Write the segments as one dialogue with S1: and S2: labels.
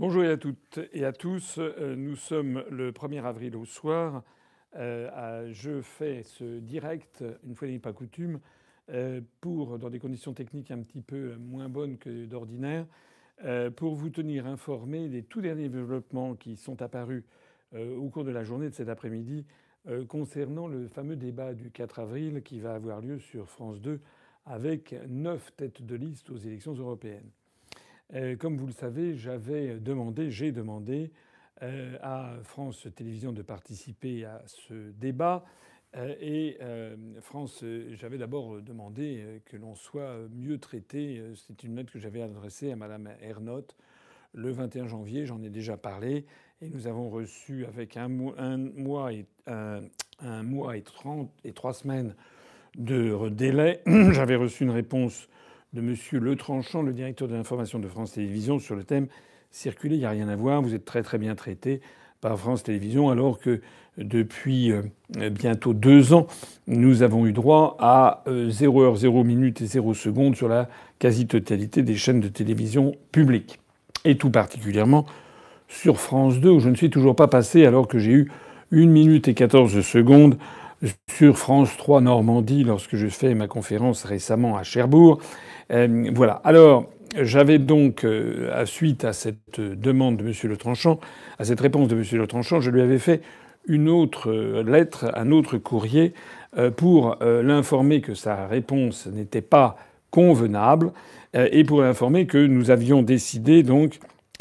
S1: Bonjour à toutes et à tous. Nous sommes le 1er avril au soir. Je fais ce direct, une fois n'est pas coutume, dans des conditions techniques un petit peu moins bonnes que d'ordinaire, pour vous tenir informés des tout derniers développements qui sont apparus au cours de la journée de cet après-midi concernant le fameux débat du 4 avril qui va avoir lieu sur France 2 avec 9 têtes de liste aux élections européennes. Comme vous le savez, j'ai demandé à France Télévisions de participer à ce débat. J'avais d'abord demandé que l'on soit mieux traité. C'est une lettre que j'avais adressée à Madame Ernotte le 21 janvier. J'en ai déjà parlé. Et nous avons reçu avec un mois et 3 semaines de délai. J'avais reçu une réponse de Monsieur Le Tranchant, le directeur de l'information de France Télévisions, sur le thème « Circuler, il n'y a rien à voir, vous êtes très très bien traité par France Télévisions », alors que depuis bientôt 2 ans, nous avons eu droit à 0 heure, 0 minute et 0 seconde sur la quasi-totalité des chaînes de télévision publiques. Et tout particulièrement sur France 2, où je ne suis toujours pas passé, alors que j'ai eu 1 minute et 14 secondes sur France 3 Normandie lorsque je fais ma conférence récemment à Cherbourg. Voilà. Alors, j'avais donc, suite à cette demande de M. Le Tranchant, à cette réponse de M. Le Tranchant, je lui avais fait une autre lettre, un autre courrier, pour l'informer que sa réponse n'était pas convenable et pour l'informer que nous avions décidé donc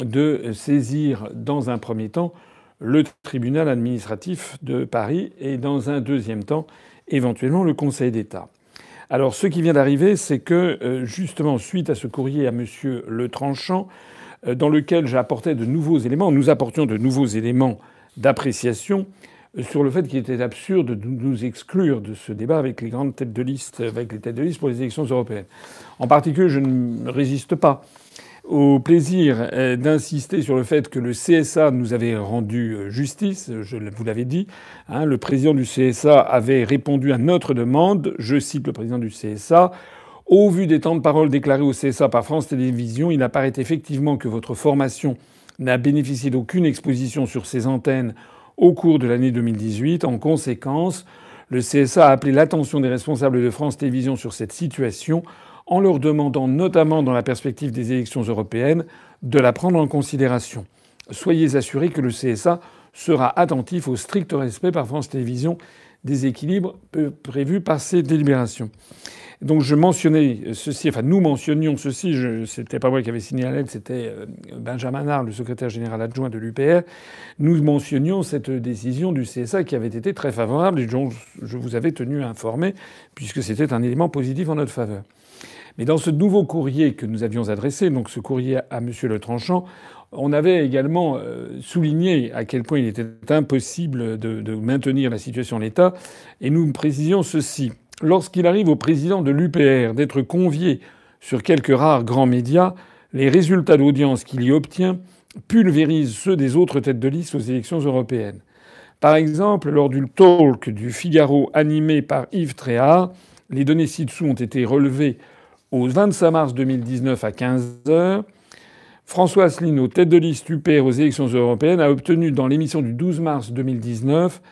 S1: de saisir dans un premier temps le tribunal administratif de Paris et dans un deuxième temps éventuellement le Conseil d'État. Alors ce qui vient d'arriver, c'est que justement suite à ce courrier à Monsieur Le Tranchant, dans lequel j'apportais de nouveaux éléments, nous apportions de nouveaux éléments d'appréciation sur le fait qu'il était absurde de nous exclure de ce débat avec les grandes têtes de liste, avec les têtes de liste pour les élections européennes. En particulier, je ne résiste pas au plaisir d'insister sur le fait que le CSA nous avait rendu justice, je vous l'avais dit. Le président du CSA avait répondu à notre demande. Je cite le président du CSA. « Au vu des temps de parole déclarés au CSA par France Télévisions, il apparaît effectivement que votre formation n'a bénéficié d'aucune exposition sur ces antennes au cours de l'année 2018. En conséquence, le CSA a appelé l'attention des responsables de France Télévisions sur cette situation en leur demandant, notamment dans la perspective des élections européennes, de la prendre en considération. Soyez assurés que le CSA sera attentif au strict respect par France Télévisions des équilibres prévus par ces délibérations. » Donc je mentionnais ceci, enfin nous mentionnions ceci, c'était pas moi qui avais signé la lettre, c'était Benjamin Arr, le secrétaire général adjoint de l'UPR. Nous mentionnions cette décision du CSA qui avait été très favorable et dont je vous avais tenu informé, puisque c'était un élément positif en notre faveur. Mais dans ce nouveau courrier que nous avions adressé, donc ce courrier à M. Le Tranchant, on avait également souligné à quel point il était impossible de maintenir la situation en l'état, et nous précisions ceci. Lorsqu'il arrive au président de l'UPR d'être convié sur quelques rares grands médias, les résultats d'audience qu'il y obtient pulvérisent ceux des autres têtes de liste aux élections européennes. Par exemple, lors du talk du Figaro animé par Yves Tréhard, les données ci-dessous ont été relevées au 25 mars 2019 à 15 heures. François Asselineau, tête de liste UPR aux élections européennes, a obtenu dans l'émission du 12 mars 2019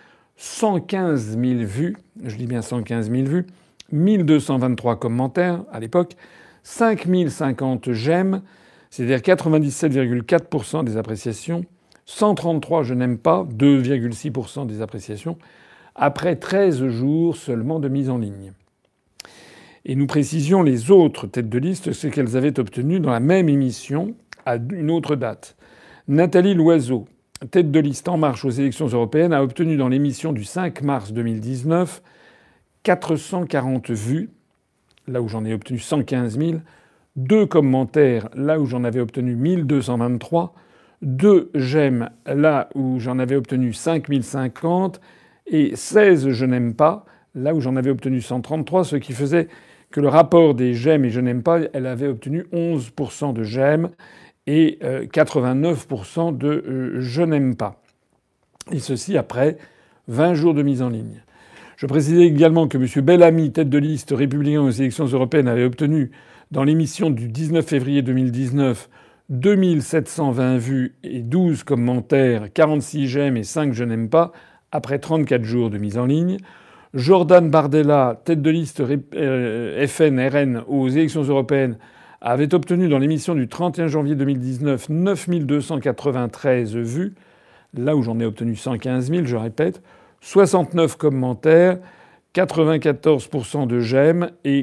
S1: 115 000 vues, je dis bien 115 000 vues, 1223 commentaires à l'époque, 5 050 j'aime, c'est-à-dire 97,4% des appréciations, 133 je n'aime pas, 2,6% des appréciations, après 13 jours seulement de mise en ligne. Et nous précisions les autres têtes de liste, ce qu'elles avaient obtenu dans la même émission à une autre date. Nathalie Loiseau, tête de liste En Marche aux élections européennes, a obtenu dans l'émission du 5 mars 2019 440 vues, là où j'en ai obtenu 115 000, 2 commentaires, là où j'en avais obtenu 1223, 2 j'aime, là où j'en avais obtenu 5050, et 16 je n'aime pas, là où j'en avais obtenu 133, ce qui faisait que le rapport des j'aime et je n'aime pas, elle avait obtenu 11% de j'aime et 89% de je n'aime pas. Et ceci après 20 jours de mise en ligne. Je précisais également que M. Bellamy, tête de liste républicain aux élections européennes, avait obtenu dans l'émission du 19 février 2019 2720 vues et 12 commentaires, 46 j'aime et 5 je n'aime pas après 34 jours de mise en ligne. Jordan Bardella, tête de liste FN-RN aux élections européennes, avait obtenu dans l'émission du 31 janvier 2019 9293 vues, là où j'en ai obtenu 115 000, je répète, 69 commentaires, 94% de j'aime et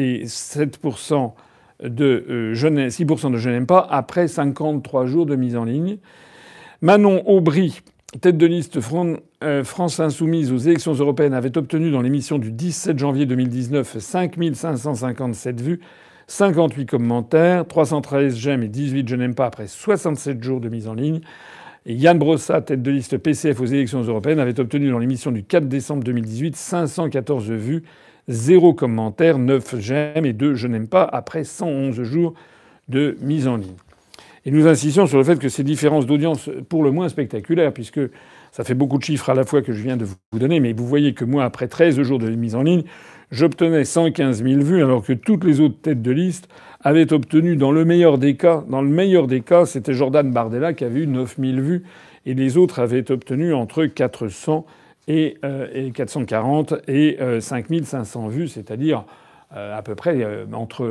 S1: 7% de 6% de je n'aime pas après 53 jours de mise en ligne. Manon Aubry, tête de liste France Insoumise aux élections européennes, avait obtenu dans l'émission du 17 janvier 2019 5 557 vues, 58 commentaires, 313 j'aime et 18 je n'aime pas après 67 jours de mise en ligne. Et Yann Brossat, tête de liste PCF aux élections européennes, avait obtenu dans l'émission du 4 décembre 2018 514 vues, 0 commentaires, 9 j'aime et 2 je n'aime pas après 111 jours de mise en ligne. Et nous insistons sur le fait que ces différences d'audience, pour le moins spectaculaires, puisque ça fait beaucoup de chiffres à la fois que je viens de vous donner, mais vous voyez que moi, après 13 jours de mise en ligne, j'obtenais 115 000 vues, alors que toutes les autres têtes de liste avaient obtenu, dans le meilleur des cas, c'était Jordan Bardella qui avait eu 9 000 vues, et les autres avaient obtenu entre 400 et 440 et 5 500 vues, c'est-à-dire à peu près entre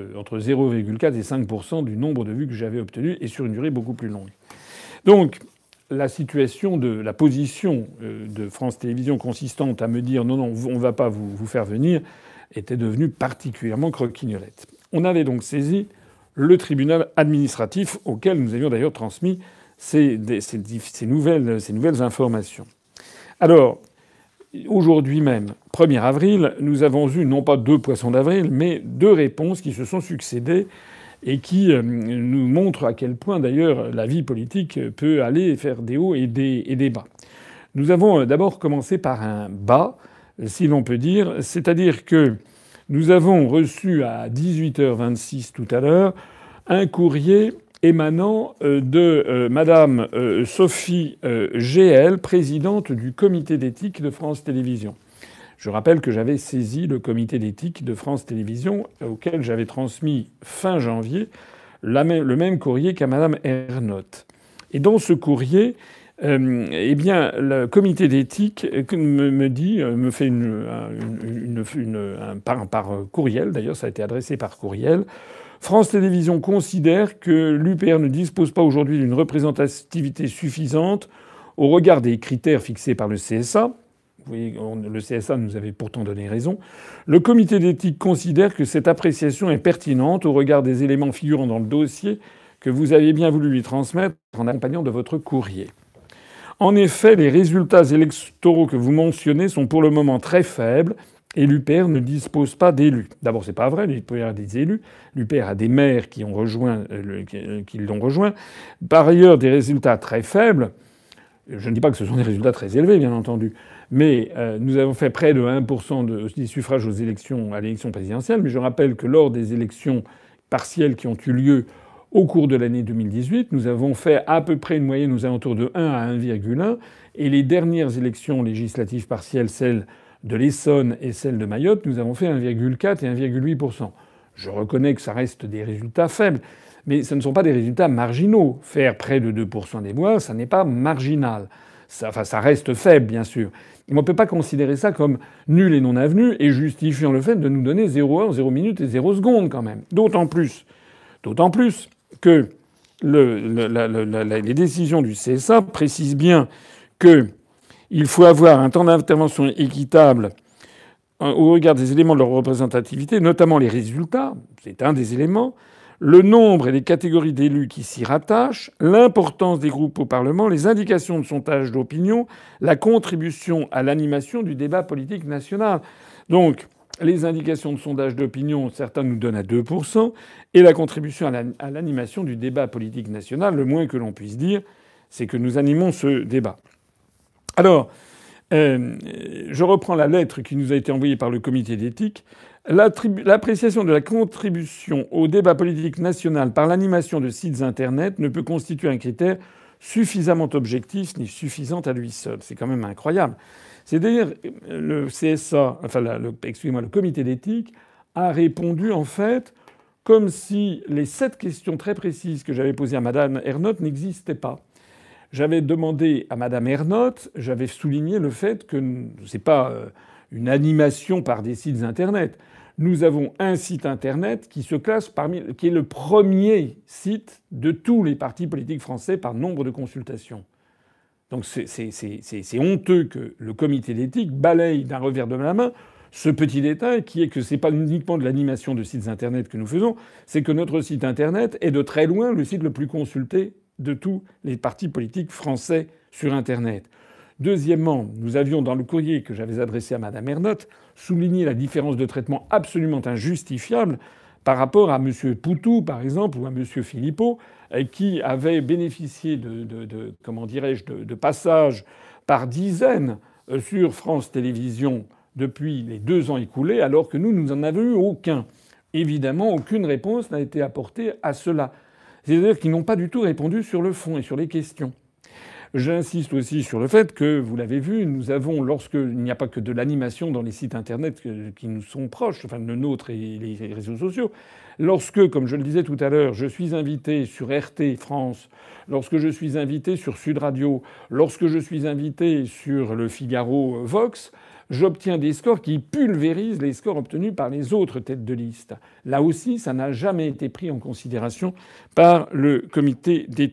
S1: 0,4 et 5% du nombre de vues que j'avais obtenues, et sur une durée beaucoup plus longue. Donc la situation de la position de France Télévisions consistante à me dire non, on ne va pas vous faire venir était devenue particulièrement croquignolette. On avait donc saisi le tribunal administratif auquel nous avions d'ailleurs transmis ces nouvelles informations. Alors, aujourd'hui même, 1er avril, nous avons eu non pas 2 poissons d'avril, mais 2 réponses qui se sont succédées et qui nous montrent à quel point d'ailleurs la vie politique peut aller faire des hauts et des bas. Nous avons d'abord commencé par un bas, si l'on peut dire, c'est-à-dire que nous avons reçu à 18h26 tout à l'heure un courrier émanant de Madame Sophie GL, présidente du comité d'éthique de France Télévisions. Je rappelle que j'avais saisi le comité d'éthique de France Télévisions, auquel j'avais transmis fin janvier le même courrier qu'à Madame Ernotte. Et dans ce courrier, eh bien, le comité d'éthique me fait par courriel, d'ailleurs ça a été adressé par courriel. France Télévisions considère que l'UPR ne dispose pas aujourd'hui d'une représentativité suffisante au regard des critères fixés par le CSA. Vous voyez, le CSA nous avait pourtant donné raison. Le comité d'éthique considère que cette appréciation est pertinente au regard des éléments figurant dans le dossier que vous avez bien voulu lui transmettre en accompagnant de votre courrier. En effet, les résultats électoraux que vous mentionnez sont pour le moment très faibles et l'UPR ne dispose pas d'élus. D'abord, c'est pas vrai, l'UPR a des élus. L'UPR a des maires qui l'ont rejoint. Par ailleurs, des résultats très faibles. Je ne dis pas que ce sont des résultats très élevés, bien entendu, mais nous avons fait près de 1% des suffrages à l'élection présidentielle. Mais je rappelle que lors des élections partielles qui ont eu lieu au cours de l'année 2018, nous avons fait à peu près une moyenne aux alentours de 1 à 1,1. Et les dernières élections législatives partielles, celles de l'Essonne et celles de Mayotte, nous avons fait 1,4 et 1,8%. Je reconnais que ça reste des résultats faibles. Mais ce ne sont pas des résultats marginaux. Faire près de 2% des voix, ça n'est pas marginal. Ça reste faible, bien sûr. Mais on ne peut pas considérer ça comme nul et non avenu et justifiant le fait de nous donner 0 heure, 0 minute et 0 seconde quand même. D'autant plus que les décisions du CSA précisent bien qu'il faut avoir un temps d'intervention équitable au regard des éléments de leur représentativité, notamment les résultats, c'est un des éléments, le nombre et les catégories d'élus qui s'y rattachent, l'importance des groupes au Parlement, les indications de sondage d'opinion, la contribution à l'animation du débat politique national. Donc, les indications de sondage d'opinion, certains nous donnent à 2%, et la contribution à l'animation du débat politique national, le moins que l'on puisse dire, c'est que nous animons ce débat. Alors, je reprends la lettre qui nous a été envoyée par le comité d'éthique. L'appréciation de la contribution au débat politique national par l'animation de sites Internet ne peut constituer un critère suffisamment objectif ni suffisant à lui seul. C'est quand même incroyable. C'est-à-dire le CSA, le comité d'éthique a répondu en fait comme si les 7 questions très précises que j'avais posées à madame Ernotte n'existaient pas. J'avais demandé à madame Ernotte, j'avais souligné le fait que c'est pas une animation par des sites internet. Nous avons un site internet qui se classe qui est le premier site de tous les partis politiques français par nombre de consultations. Donc c'est honteux que le comité d'éthique balaye d'un revers de la main ce petit détail qui est que c'est pas uniquement de l'animation de sites internet que nous faisons, c'est que notre site internet est de très loin le site le plus consulté de tous les partis politiques français sur internet. Deuxièmement, nous avions dans le courrier que j'avais adressé à madame Ernotte souligné la différence de traitement absolument injustifiable par rapport à M. Poutou, par exemple, ou à M. Philippot, qui avaient bénéficié de passages par dizaines sur France Télévisions depuis les 2 ans écoulés, alors que nous n'en avons eu aucun. Évidemment, aucune réponse n'a été apportée à cela. C'est-à-dire qu'ils n'ont pas du tout répondu sur le fond et sur les questions. J'insiste aussi sur le fait que, vous l'avez vu, nous avons, lorsqu'il n'y a pas que de l'animation dans les sites internet qui nous sont proches, enfin le nôtre et les réseaux sociaux, lorsque, comme je le disais tout à l'heure, je suis invité sur RT France, lorsque je suis invité sur Sud Radio, lorsque je suis invité sur le Figaro Vox, j'obtiens des scores qui pulvérisent les scores obtenus par les autres têtes de liste. Là aussi, ça n'a jamais été pris en considération par le comité d'éthique.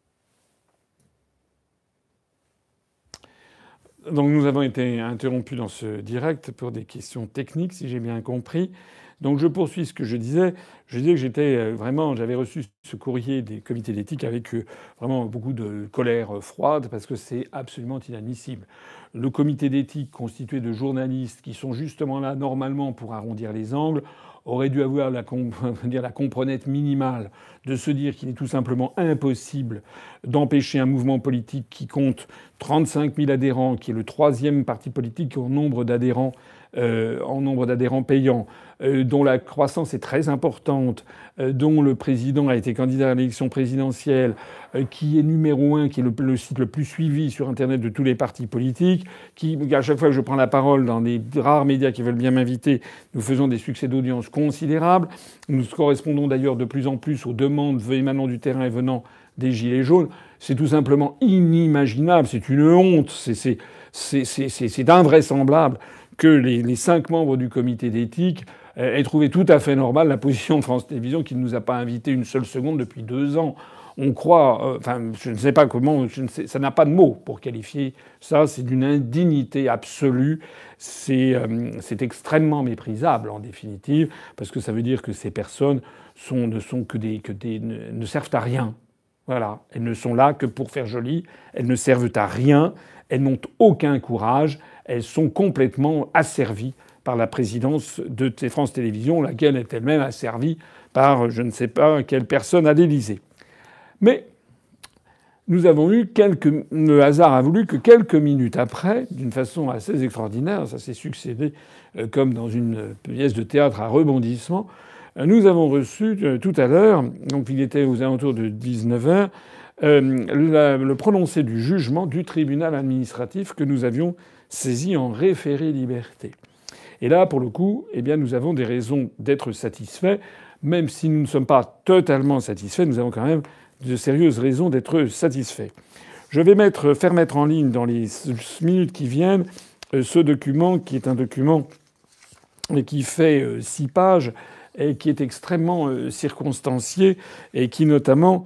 S1: Donc nous avons été interrompus dans ce direct pour des questions techniques, si j'ai bien compris. Donc je poursuis ce que je disais. Je disais que j'avais reçu ce courrier des comités d'éthique avec vraiment beaucoup de colère froide parce que c'est absolument inadmissible. Le comité d'éthique constitué de journalistes qui sont justement là normalement pour arrondir les angles aurait dû avoir la comprenette minimale de se dire qu'il est tout simplement impossible d'empêcher un mouvement politique qui compte 35 000 adhérents, qui est le 3e parti politique en nombre d'adhérents payants, dont la croissance est très importante, dont le président a été candidat à l'élection présidentielle, qui est numéro 1, qui est le site le plus suivi sur Internet de tous les partis politiques, qui, à chaque fois que je prends la parole dans les rares médias qui veulent bien m'inviter, nous faisons des succès d'audience considérables. Nous correspondons d'ailleurs de plus en plus aux demandes émanant du terrain et venant des Gilets jaunes. C'est tout simplement inimaginable, c'est une honte, c'est invraisemblable que les 5 membres du comité d'éthique aient trouvé tout à fait normal la position de France Télévisions qui ne nous a pas invités une seule seconde depuis 2 ans. On croit, je ne sais pas comment, ça n'a pas de mots pour qualifier ça. C'est d'une indignité absolue. C'est extrêmement méprisable en définitive, parce que ça veut dire que ces personnes ne servent à rien. Voilà, elles ne sont là que pour faire joli. Elles ne servent à rien. Elles n'ont aucun courage. Elles sont complètement asservies par la présidence de France Télévisions, laquelle est elle-même asservie par je ne sais pas quelle personne à l'Élysée. Mais nous avons eu le hasard a voulu que quelques minutes après, d'une façon assez extraordinaire, ça s'est succédé comme dans une pièce de théâtre à rebondissement, nous avons reçu tout à l'heure, donc il était aux alentours de 19h, le prononcé du jugement du tribunal administratif que nous avions saisi en référé liberté. Et là, pour le coup, eh bien, nous avons des raisons d'être satisfaits. Même si nous ne sommes pas totalement satisfaits, nous avons quand même de sérieuses raisons d'être satisfaits. Je vais faire mettre en ligne dans les minutes qui viennent ce document qui est un document qui fait 6 pages et qui est extrêmement circonstancié et qui notamment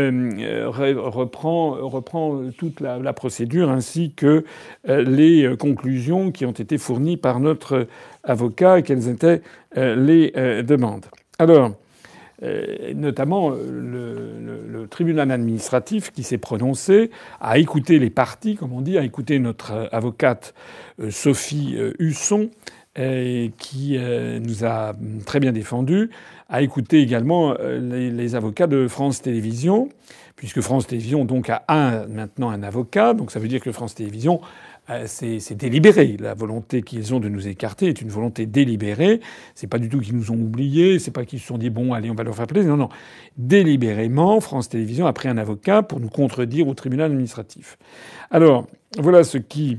S1: reprend toute la procédure ainsi que les conclusions qui ont été fournies par notre avocat et quelles étaient les demandes. Alors, notamment le tribunal administratif qui s'est prononcé, a écouté les parties, comme on dit, a écouté notre avocate Sophie Husson, qui nous a très bien défendus, a écouté également les avocats de France Télévisions, puisque France Télévisions donc a maintenant un avocat, donc ça veut dire que France Télévisions c'est délibéré. La volonté qu'ils ont de nous écarter est une volonté délibérée. C'est pas du tout qu'ils nous ont oubliés. C'est pas qu'ils se sont dit bon, allez, on va leur faire plaisir. Non, non. Délibérément, France Télévisions a pris un avocat pour nous contredire au tribunal administratif. Alors, voilà ce qui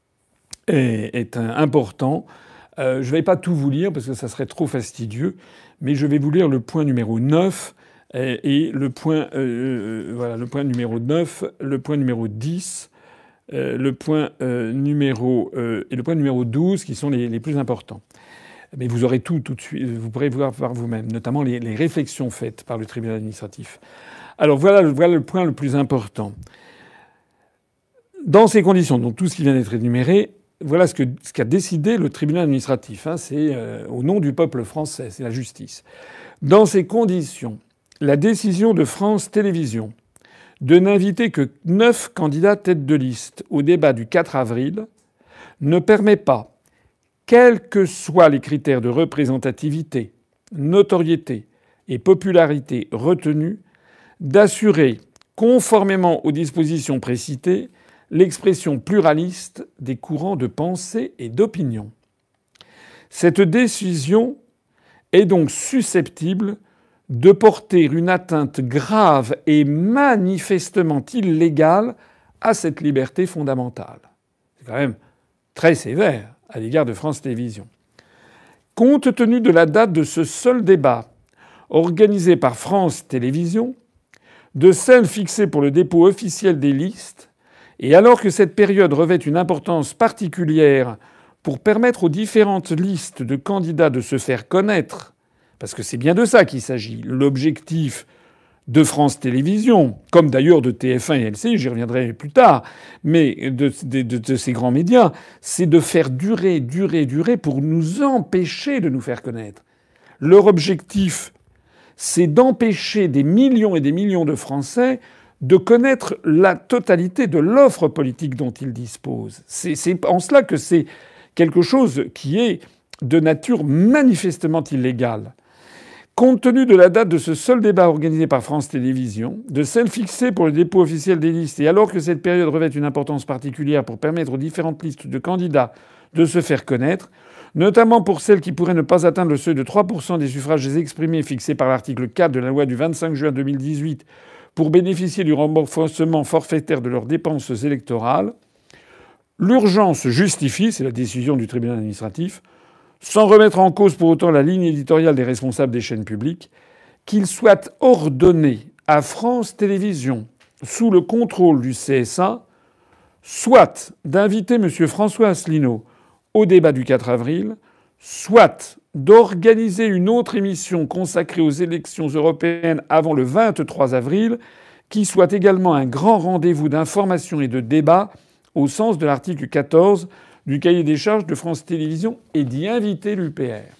S1: est important. Je vais pas tout vous lire parce que ça serait trop fastidieux. mais je vais vous lire le point numéro 9 et le point, voilà, le point numéro 9, le point numéro 10, le point numéro et le point numéro 12 qui sont les plus importants. Mais vous aurez tout de suite. Vous pourrez voir par vous-même, notamment les réflexions faites par le tribunal administratif. Alors voilà le point le plus important. Dans ces conditions, donc tout ce qui vient d'être énuméré, voilà ce qu'a décidé le tribunal administratif. C'est au nom du peuple français, c'est la justice. Dans ces conditions, la décision de France Télévisions de n'inviter que 9 candidats tête de liste au débat du 4 avril ne permet pas, quels que soient les critères de représentativité, notoriété et popularité retenus, d'assurer, conformément aux dispositions précitées, l'expression pluraliste des courants de pensée et d'opinion. Cette décision est donc susceptible de porter une atteinte grave et manifestement illégale à cette liberté fondamentale. C'est quand même très sévère à l'égard de France Télévisions. Compte tenu de la date de ce seul débat organisé par France Télévisions, de celle fixée pour le dépôt officiel des listes, et alors que cette période revêt une importance particulière pour permettre aux différentes listes de candidats de se faire connaître, parce que c'est bien de ça qu'il s'agit, l'objectif de France Télévisions, comme d'ailleurs de TF1 et LCI, j'y reviendrai plus tard, mais de ces grands médias, c'est de faire durer pour nous empêcher de nous faire connaître. Leur objectif, c'est d'empêcher des millions et des millions de Français de connaître la totalité de l'offre politique dont ils disposent. C'est en cela que c'est quelque chose qui est de nature manifestement illégale. Compte tenu de la date de ce seul débat organisé par France Télévisions, de celle fixée pour le dépôt officiel des listes, et alors que cette période revêt une importance particulière pour permettre aux différentes listes de candidats de se faire connaître, notamment pour celles qui pourraient ne pas atteindre le seuil de 3% des suffrages exprimés fixé par l'article 4 de la loi du 25 juin 2018 pour bénéficier du remboursement forfaitaire de leurs dépenses électorales, l'urgence justifie, c'est la décision du tribunal administratif, sans remettre en cause pour autant la ligne éditoriale des responsables des chaînes publiques, qu'il soit ordonné à France Télévisions, sous le contrôle du CSA, soit d'inviter M. François Asselineau au débat du 4 avril, soit d'organiser une autre émission consacrée aux élections européennes avant le 23 avril, qui soit également un grand rendez-vous d'information et de débat au sens de l'article 14 du cahier des charges de France Télévisions et d'y inviter l'UPR.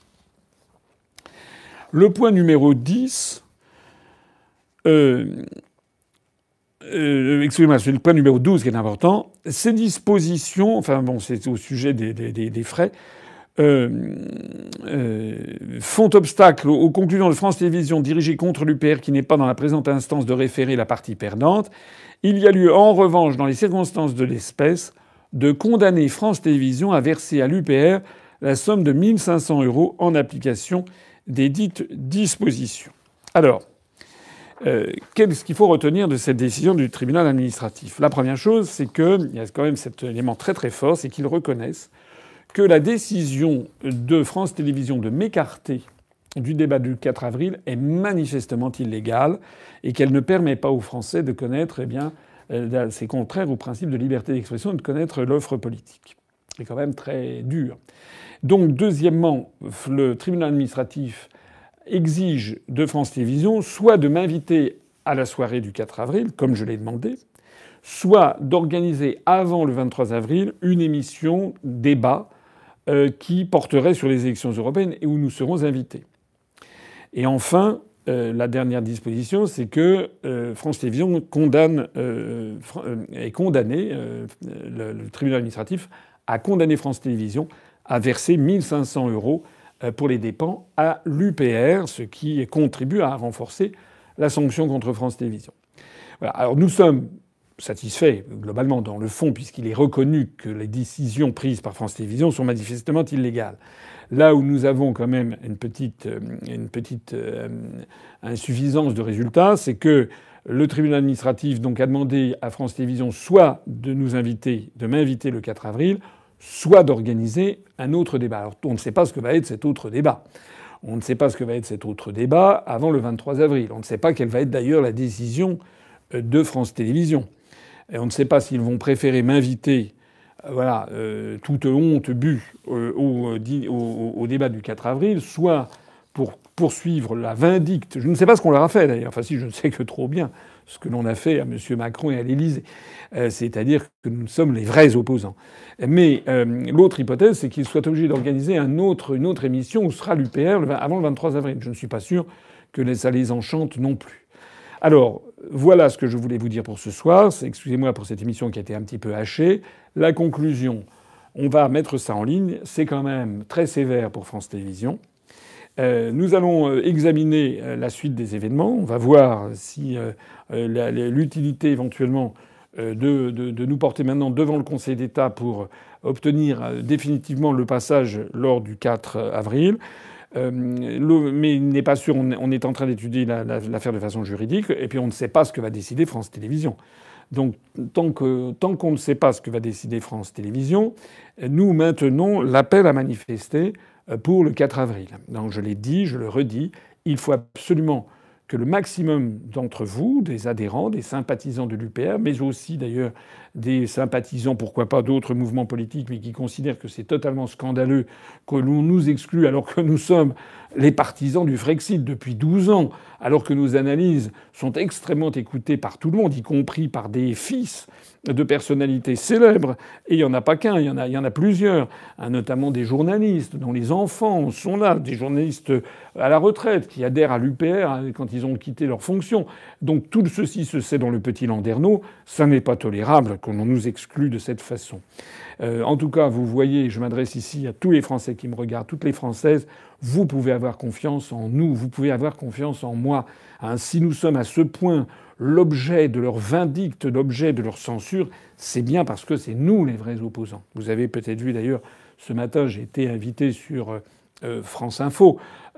S1: Le point numéro 10... excusez-moi, c'est le point numéro 12 qui est important. Ces dispositions, enfin bon, c'est au sujet des frais, font obstacle aux conclusions de France Télévisions dirigées contre l'UPR qui n'est pas dans la présente instance de référer la partie perdante. Il y a lieu, en revanche, dans les circonstances de l'espèce, de condamner France Télévisions à verser à l'UPR la somme de 1 500 € en application des dites dispositions. Alors, qu'est-ce qu'il faut retenir de cette décision du tribunal administratif ? La première chose, c'est qu'il y a quand même cet élément très très fort, c'est qu'ils reconnaissent que la décision de France Télévisions de m'écarter du débat du 4 avril est manifestement illégale et qu'elle ne permet pas aux Français de connaître, c'est contraire au principe de liberté d'expression, de connaître l'offre politique. C'est quand même très dur. Donc, deuxièmement, le tribunal administratif exige de France Télévisions soit de m'inviter à la soirée du 4 avril, comme je l'ai demandé, soit d'organiser avant le 23 avril une émission débat qui porterait sur les élections européennes et où nous serons invités. Et enfin, la dernière disposition, c'est que France Télévisions est condamné, le tribunal administratif a condamné France Télévisions à verser 1 500 € pour les dépenses à l'UPR, ce qui contribue à renforcer la sanction contre France Télévisions. Voilà. Alors nous sommes satisfaits globalement dans le fond, puisqu'il est reconnu que les décisions prises par France Télévisions sont manifestement illégales. Là où nous avons quand même une petite insuffisance de résultats, c'est que le tribunal administratif donc a demandé à France Télévisions soit de m'inviter le 4 avril, soit d'organiser un autre débat. Alors on ne sait pas ce que va être cet autre débat. On ne sait pas ce que va être cet autre débat avant le 23 avril. On ne sait pas quelle va être d'ailleurs la décision de France Télévisions. Et on ne sait pas s'ils vont préférer m'inviter, voilà, toute honte bue au débat du 4 avril, soit pour poursuivre la vindicte. Je ne sais pas ce qu'on leur a fait d'ailleurs. Enfin si, je ne sais que trop bien ce que l'on a fait à M. Macron et à l'Élysée. C'est-à-dire que nous sommes les vrais opposants. Mais l'autre hypothèse, c'est qu'ils soient obligés d'organiser une autre émission où sera l'UPR avant le 23 avril. Je ne suis pas sûr que ça les enchante non plus. Alors, voilà ce que je voulais vous dire pour ce soir. Excusez-moi pour cette émission qui a été un petit peu hachée. La conclusion, on va mettre ça en ligne. C'est quand même très sévère pour France Télévisions. Nous allons examiner la suite des événements. On va voir si l'utilité éventuellement de nous porter maintenant devant le Conseil d'État pour obtenir définitivement le passage lors du 4 avril. Mais il n'est pas sûr. On est en train d'étudier l'affaire de façon juridique, et puis on ne sait pas ce que va décider France Télévisions. Donc tant qu'on ne sait pas ce que va décider France Télévisions, nous maintenons l'appel à manifester pour le 4 avril. Donc je l'ai dit, je le redis, il faut absolument que le maximum d'entre vous, des adhérents, des sympathisants de l'UPR, mais aussi d'ailleurs des sympathisants, pourquoi pas, d'autres mouvements politiques, mais qui considèrent que c'est totalement scandaleux que l'on nous exclue alors que nous sommes les partisans du Frexit depuis 12 ans, alors que nos analyses sont extrêmement écoutées par tout le monde, y compris par des fils de personnalités célèbres. Et il n'y en a pas qu'un, il y en a plusieurs, notamment des journalistes dont les enfants sont là, des journalistes à la retraite qui adhèrent à l'UPR quand ils ont quitté leurs fonctions. Donc tout ceci se sait dans le petit Landerneau. Ça n'est pas tolérable qu'on nous exclue de cette façon. En tout cas, vous voyez, je m'adresse ici à tous les Français qui me regardent, toutes les Françaises. Vous pouvez avoir confiance en nous, vous pouvez avoir confiance en moi. Si nous sommes à ce point l'objet de leur vindicte, l'objet de leur censure, c'est bien parce que c'est nous les vrais opposants. Vous avez peut-être vu d'ailleurs, ce matin, j'ai été invité sur France Info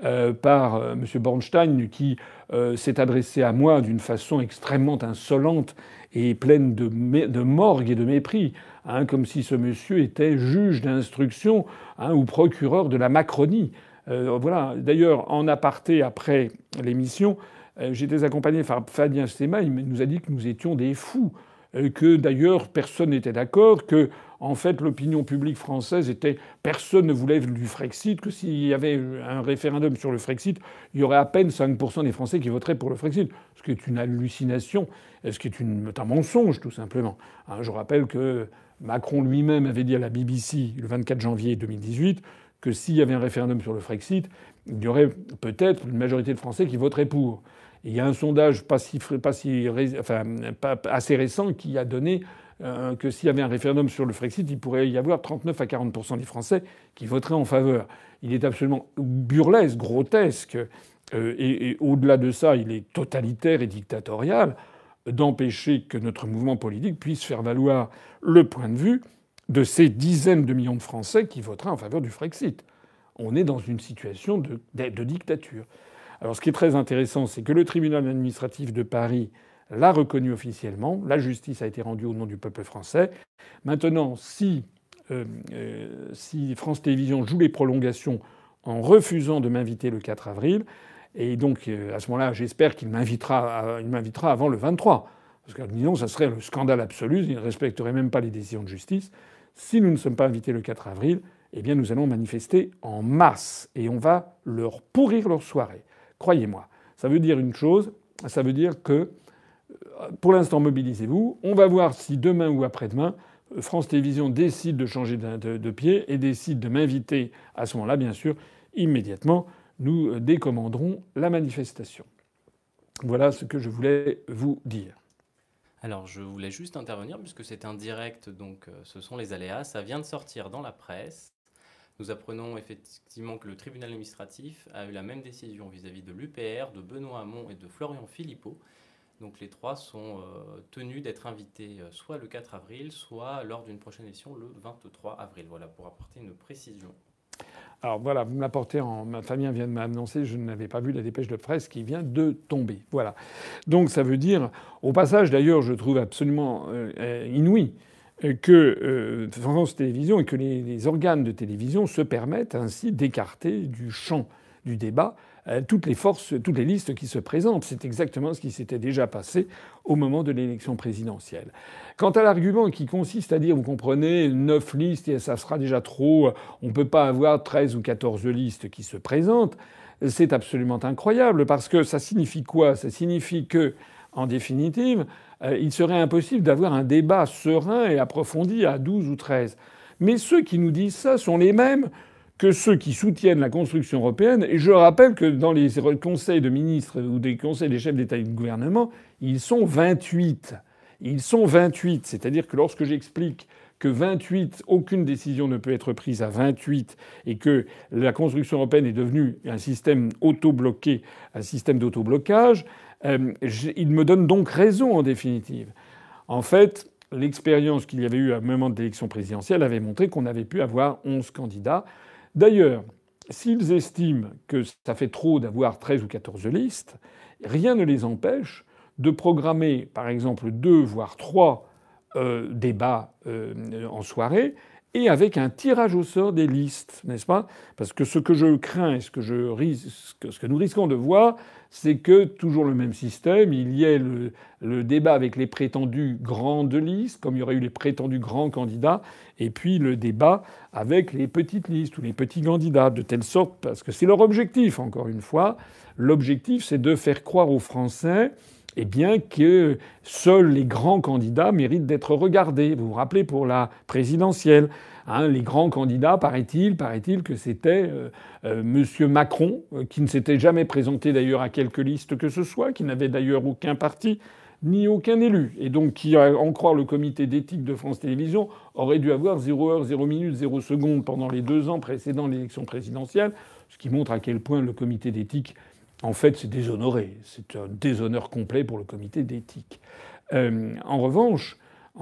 S1: par M. Bornstein qui s'est adressé à moi d'une façon extrêmement insolente et pleine de morgue et de mépris, comme si ce monsieur était juge d'instruction ou procureur de la Macronie. Voilà. D'ailleurs, en aparté après l'émission, j'étais accompagné par Fabien Sema. Il nous a dit que nous étions des fous, que d'ailleurs personne n'était d'accord, que en fait l'opinion publique française était personne ne voulait du Frexit, que s'il y avait un référendum sur le Frexit, il y aurait à peine 5% des Français qui voteraient pour le Frexit, ce qui est une hallucination, ce qui est un mensonge tout simplement. Je rappelle que Macron lui-même avait dit à la BBC le 24 janvier 2018 que s'il y avait un référendum sur le Frexit, il y aurait peut-être une majorité de Français qui voteraient pour. Et il y a un sondage assez récent qui a donné que s'il y avait un référendum sur le Frexit, il pourrait y avoir 39 à 40% des Français qui voteraient en faveur. Il est absolument burlesque, grotesque, et au-delà de ça, il est totalitaire et dictatorial d'empêcher que notre mouvement politique puisse faire valoir le point de vue de ces dizaines de millions de Français qui voteraient en faveur du Frexit. On est dans une situation de dictature. Alors ce qui est très intéressant, c'est que le tribunal administratif de Paris l'a reconnu officiellement. La justice a été rendue au nom du peuple français. Maintenant, si France Télévisions joue les prolongations en refusant de m'inviter le 4 avril, et donc à ce moment-là, j'espère qu'il m'invitera avant le 23. Parce que sinon, ça serait le scandale absolu. Il ne respecterait même pas les décisions de justice. Si nous ne sommes pas invités le 4 avril, eh bien nous allons manifester en masse et on va leur pourrir leur soirée. Croyez-moi. Ça veut dire une chose, ça veut dire que, pour l'instant, mobilisez-vous. On va voir si demain ou après-demain, France Télévisions décide de changer de pied et décide de m'inviter. À ce moment-là, bien sûr, immédiatement, nous décommanderons la manifestation. Voilà ce que je voulais vous dire.
S2: Alors, je voulais juste intervenir, puisque c'est un direct, donc ce sont les aléas. Ça vient de sortir dans la presse. Nous apprenons effectivement que le tribunal administratif a eu la même décision vis-à-vis de l'UPR, de Benoît Hamon et de Florian Philippot. Donc les trois sont tenus d'être invités soit le 4 avril, soit lors d'une prochaine élection le 23 avril. Voilà, pour apporter une précision.
S1: Alors voilà, vous me l'apportez Fabien vient de m'annoncer, je n'avais pas vu la dépêche de presse qui vient de tomber. Voilà. Donc ça veut dire, au passage d'ailleurs, je trouve absolument inouï que France Télévisions et que les organes de télévision se permettent ainsi d'écarter du champ du débat toutes les forces, toutes les listes qui se présentent. C'est exactement ce qui s'était déjà passé au moment de l'élection présidentielle. Quant à l'argument qui consiste à dire, vous comprenez, 9 listes et ça sera déjà trop, on ne peut pas avoir 13 ou 14 listes qui se présentent, c'est absolument incroyable parce que ça signifie quoi? Ça signifie que, en définitive, il serait impossible d'avoir un débat serein et approfondi à 12 ou 13. Mais ceux qui nous disent ça sont les mêmes que ceux qui soutiennent la construction européenne. Et je rappelle que dans les conseils de ministres ou des conseils des chefs d'État et de gouvernement, ils sont 28. Ils sont 28. C'est-à-dire que lorsque j'explique que 28, aucune décision ne peut être prise à 28 et que la construction européenne est devenue un système auto-bloqué, un système d'autoblocage, ils me donnent donc raison en définitive. En fait, l'expérience qu'il y avait eu à un moment de l'élection présidentielle avait montré qu'on avait pu avoir 11 candidats. D'ailleurs, s'ils estiment que ça fait trop d'avoir 13 ou 14 listes, rien ne les empêche de programmer, par exemple, 2 voire 3 débats en soirée et avec un tirage au sort des listes, n'est-ce pas? Parce que ce que je crains et ce que nous risquons de voir, c'est que toujours le même système, il y ait le débat avec les prétendues grandes listes, comme il y aurait eu les prétendus grands candidats, et puis le débat avec les petites listes ou les petits candidats, de telle sorte, parce que c'est leur objectif, encore une fois. L'objectif, c'est de faire croire aux Français bien que seuls les grands candidats méritent d'être regardés. Vous vous rappelez pour la présidentielle, les grands candidats, paraît-il que c'était Monsieur Macron, qui ne s'était jamais présenté d'ailleurs à quelque liste que ce soit, qui n'avait d'ailleurs aucun parti ni aucun élu, et donc qui, à en croire le comité d'éthique de France Télévisions, aurait dû avoir 0 heure, 0 minute, 0 seconde pendant les 2 ans précédant l'élection présidentielle, ce qui montre à quel point le comité d'éthique, en fait, c'est déshonoré. C'est un déshonneur complet pour le comité d'éthique. En revanche,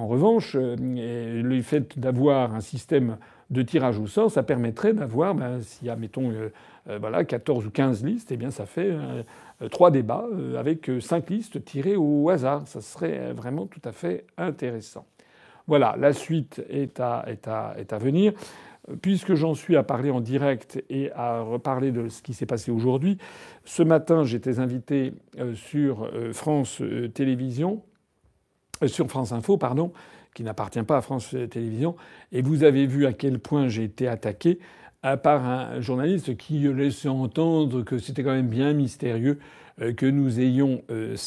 S1: le fait d'avoir un système de tirage au sort, ça permettrait d'avoir, s'il y a, mettons, 14 ou 15 listes, ça fait 3 débats avec 5 listes tirées au hasard. Ça serait vraiment tout à fait intéressant. Voilà, la suite est à venir. Puisque j'en suis à parler en direct et à reparler de ce qui s'est passé aujourd'hui, ce matin, j'étais invité sur France Télévisions, sur France Info, pardon, qui n'appartient pas à France Télévisions, et vous avez vu à quel point j'ai été attaqué par un journaliste qui laissait entendre que c'était quand même bien mystérieux que nous ayons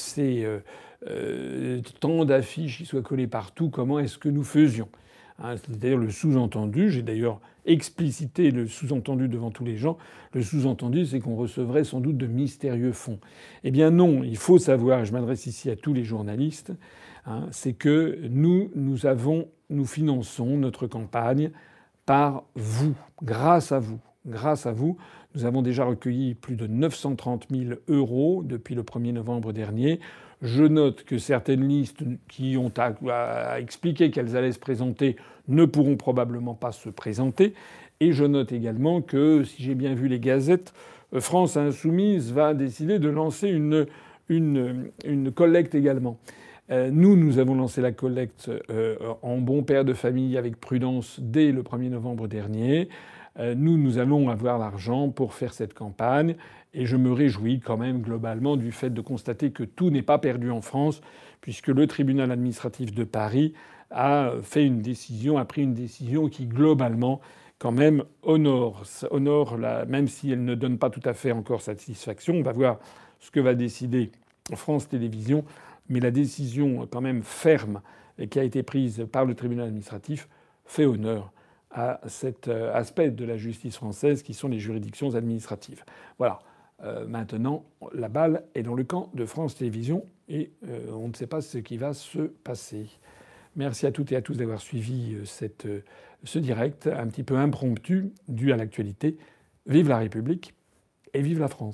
S1: tant d'affiches qui soient collées partout. Comment est-ce que nous faisions? C'est d'ailleurs le sous-entendu. J'ai d'ailleurs explicité le sous-entendu devant tous les gens. Le sous-entendu, c'est qu'on recevrait sans doute de mystérieux fonds. Eh bien non, il faut savoir, et je m'adresse ici à tous les journalistes, c'est que nous finançons notre campagne par vous, grâce à vous. Grâce à vous, nous avons déjà recueilli plus de 930 000 € depuis le 1er novembre dernier. Je note que certaines listes qui ont à expliquer qu'elles allaient se présenter ne pourront probablement pas se présenter. Et je note également que, si j'ai bien vu les gazettes, France Insoumise va décider de lancer une collecte également. Nous avons lancé la collecte en bon père de famille avec prudence dès le 1er novembre dernier. Nous allons avoir l'argent pour faire cette campagne. Et je me réjouis quand même globalement du fait de constater que tout n'est pas perdu en France, puisque le tribunal administratif de Paris a pris une décision qui globalement quand même honore même si elle ne donne pas tout à fait encore satisfaction. On va voir ce que va décider France Télévisions, mais la décision quand même ferme qui a été prise par le tribunal administratif fait honneur à cet aspect de la justice française qui sont les juridictions administratives. Voilà. Maintenant, la balle est dans le camp de France Télévisions et on ne sait pas ce qui va se passer. Merci à toutes et à tous d'avoir suivi ce direct un petit peu impromptu dû à l'actualité. Vive la République et vive la France.